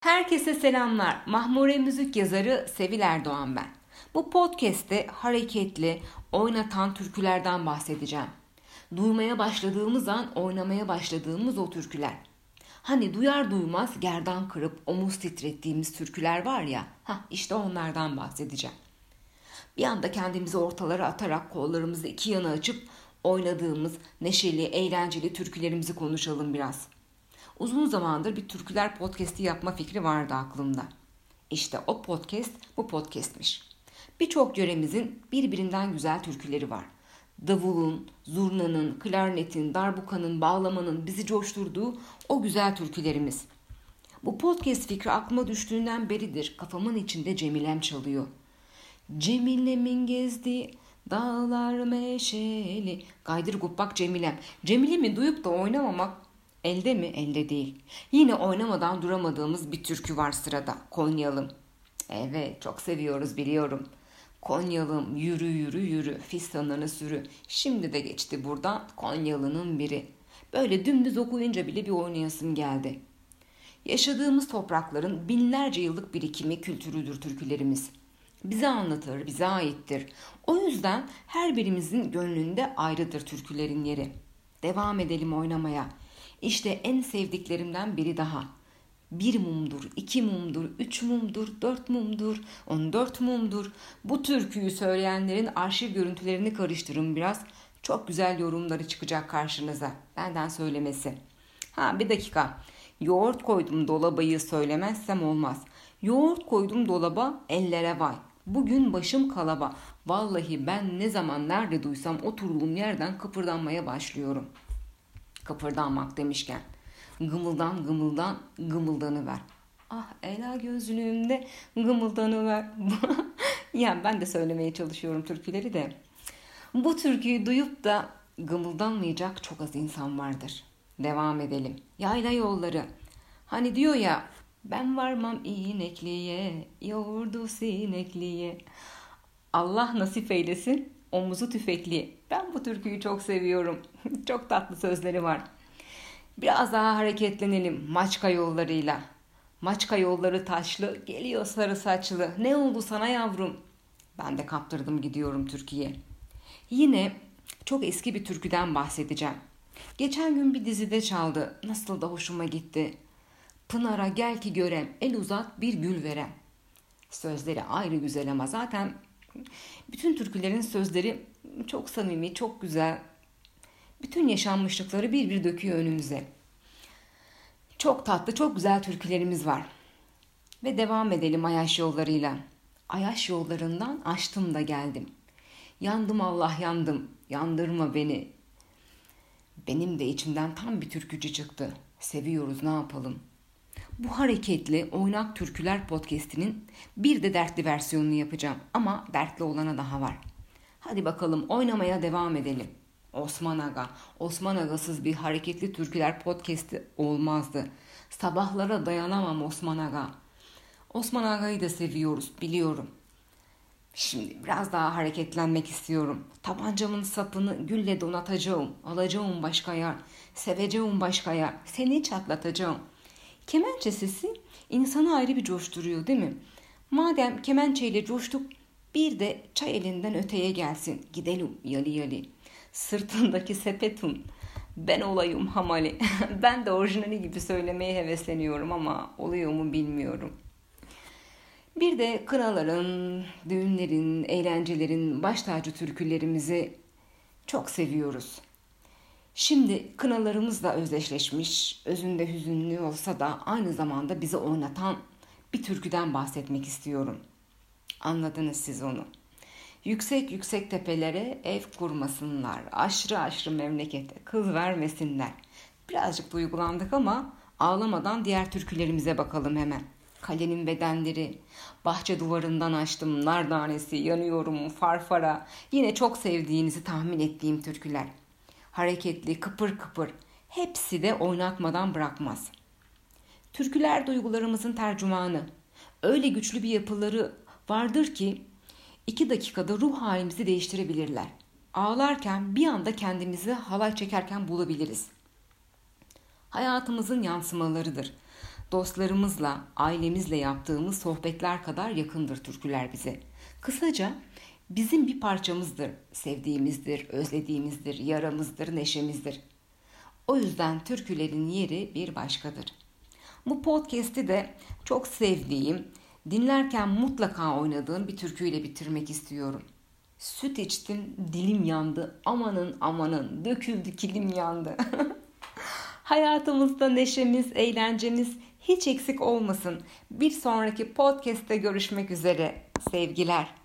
Herkese selamlar. Mahmure müzik yazarı Sevil Erdoğan ben. Bu podcast'te hareketli, oynatan türkülerden bahsedeceğim. Duymaya başladığımız an oynamaya başladığımız o türküler. Hani duyar duymaz gerdan kırıp omuz titrettiğimiz türküler var ya, işte onlardan bahsedeceğim. Bir anda kendimizi ortalara atarak kollarımızı iki yana açıp oynadığımız neşeli, eğlenceli türkülerimizi konuşalım biraz. Uzun zamandır bir türküler podcast'i yapma fikri vardı aklımda. İşte o podcast bu podcast'miş. Birçok yöremizin birbirinden güzel türküleri var. Davulun, zurnanın, klarnetin, darbukanın, bağlamanın bizi coşturduğu o güzel türkülerimiz. Bu podcast fikri aklıma düştüğünden beridir kafamın içinde Cemilem çalıyor. Cemilemin gezdiği dağlar meşeli. Gaydır gubbak Cemilem. Cemilem'i duyup da oynamamak elde mi? Elde değil. Yine oynamadan duramadığımız bir türkü var sırada. Konyalım. Evet, çok seviyoruz biliyorum. Konyalım yürü yürü yürü, fistanını sürü. Şimdi de geçti buradan Konyalı'nın biri. Böyle dümdüz okuyunca bile bir oynayasım geldi. Yaşadığımız toprakların binlerce yıllık birikimi, kültürüdür türkülerimiz. Bize anlatır, bize aittir. O yüzden her birimizin gönlünde ayrıdır türkülerin yeri. Devam edelim oynamaya. İşte en sevdiklerimden biri daha. 1 mumdur, 2 mumdur, 3 mumdur, 4 mumdur, 14 mumdur. Bu türküyü söyleyenlerin arşiv görüntülerini karıştırın biraz. Çok güzel yorumları çıkacak karşınıza. Benden söylemesi. Bir dakika. Yoğurt koydum dolaba'yı söylemezsem olmaz. Yoğurt koydum dolaba, ellere vay. Bugün başım kalaba. Vallahi ben ne zaman nerede duysam oturduğum yerden kıpırdanmaya başlıyorum. Kıpırdanmak demişken. Gımıldan gımıldan gımıldanıver. Ah ela gözlüğümde gımıldanıver. Yani ben de söylemeye çalışıyorum türküleri de. Bu türküyü duyup da gımıldanmayacak çok az insan vardır. Devam edelim. Yayla yolları. Hani diyor ya, ben varmam inekliye, yoğurdu sinekliye. Allah nasip eylesin omuzu tüfekliye. Ben bu türküyü çok seviyorum. Çok tatlı sözleri var. Biraz daha hareketlenelim Maçka yollarıyla. Maçka yolları taşlı, geliyor sarı saçlı. Ne oldu sana yavrum? Ben de kaptırdım gidiyorum Türkiye. Yine çok eski bir türküden bahsedeceğim. Geçen gün bir dizide çaldı. Nasıl da hoşuma gitti. Pınar'a gel ki görem, el uzat bir gül verem. Sözleri ayrı güzel ama zaten bütün türkülerin sözleri çok samimi, çok güzel. Bütün yaşanmışlıkları bir bir döküyor önümüze. Çok tatlı, çok güzel türkülerimiz var. Ve devam edelim Ayaş yollarıyla. Ayaş yollarından açtım da geldim. Yandım Allah yandım, yandırma beni. Benim de içimden tam bir türkücü çıktı. Seviyoruz ne yapalım. Bu hareketli oynak türküler podcast'inin bir de dertli versiyonunu yapacağım. Ama dertli olana daha var. Hadi bakalım oynamaya devam edelim. Osman Aga. Osman Aga'sız bir hareketli türküler podcast'i olmazdı. Sabahlara dayanamam Osman Aga. Osman Aga'yı da seviyoruz biliyorum. Şimdi biraz daha hareketlenmek istiyorum. Tabancamın sapını gülle donatacağım. Alacağım başka yer. Seveceğim başka yer. Seni çatlatacağım. Kemençe sesi insanı ayrı bir coşturuyor değil mi? Madem kemençeyle coştuk, bir de çay elinden öteye gelsin. Gidelim yali yali. Sırtındaki sepetun. Ben olayım hamali. Ben de orijinali gibi söylemeye hevesleniyorum ama oluyor mu bilmiyorum. Bir de kınaların, düğünlerin, eğlencelerin baş tacı türkülerimizi çok seviyoruz. Şimdi kınalarımız da özdeşleşmiş, özünde hüzünlü olsa da aynı zamanda bizi oynatan bir türküden bahsetmek istiyorum. Anladınız siz onu. Yüksek yüksek tepelere ev kurmasınlar, aşırı aşırı memlekete kız vermesinler. Birazcık duygulandık ama ağlamadan diğer türkülerimize bakalım hemen. Kalenin bedenleri, bahçe duvarından açtım nar tanesi, yanıyorum farfara. Yine çok sevdiğinizi tahmin ettiğim türküler. Hareketli, kıpır kıpır, hepsi de oynatmadan bırakmaz. Türküler duygularımızın tercümanı. Öyle güçlü bir yapıları vardır ki 2 dakikada ruh halimizi değiştirebilirler. Ağlarken bir anda kendimizi halay çekerken bulabiliriz. Hayatımızın yansımalarıdır. Dostlarımızla, ailemizle yaptığımız sohbetler kadar yakındır türküler bize. Kısaca bizim bir parçamızdır, sevdiğimizdir, özlediğimizdir, yaramızdır, neşemizdir. O yüzden türkülerin yeri bir başkadır. Bu podcast'i de çok sevdiğim, dinlerken mutlaka oynadığım bir türküyle bitirmek istiyorum. Süt içtim, dilim yandı, amanın amanın, döküldü kilim yandı. Hayatımızda neşemiz, eğlencemiz hiç eksik olmasın. Bir sonraki podcast'te görüşmek üzere. Sevgiler.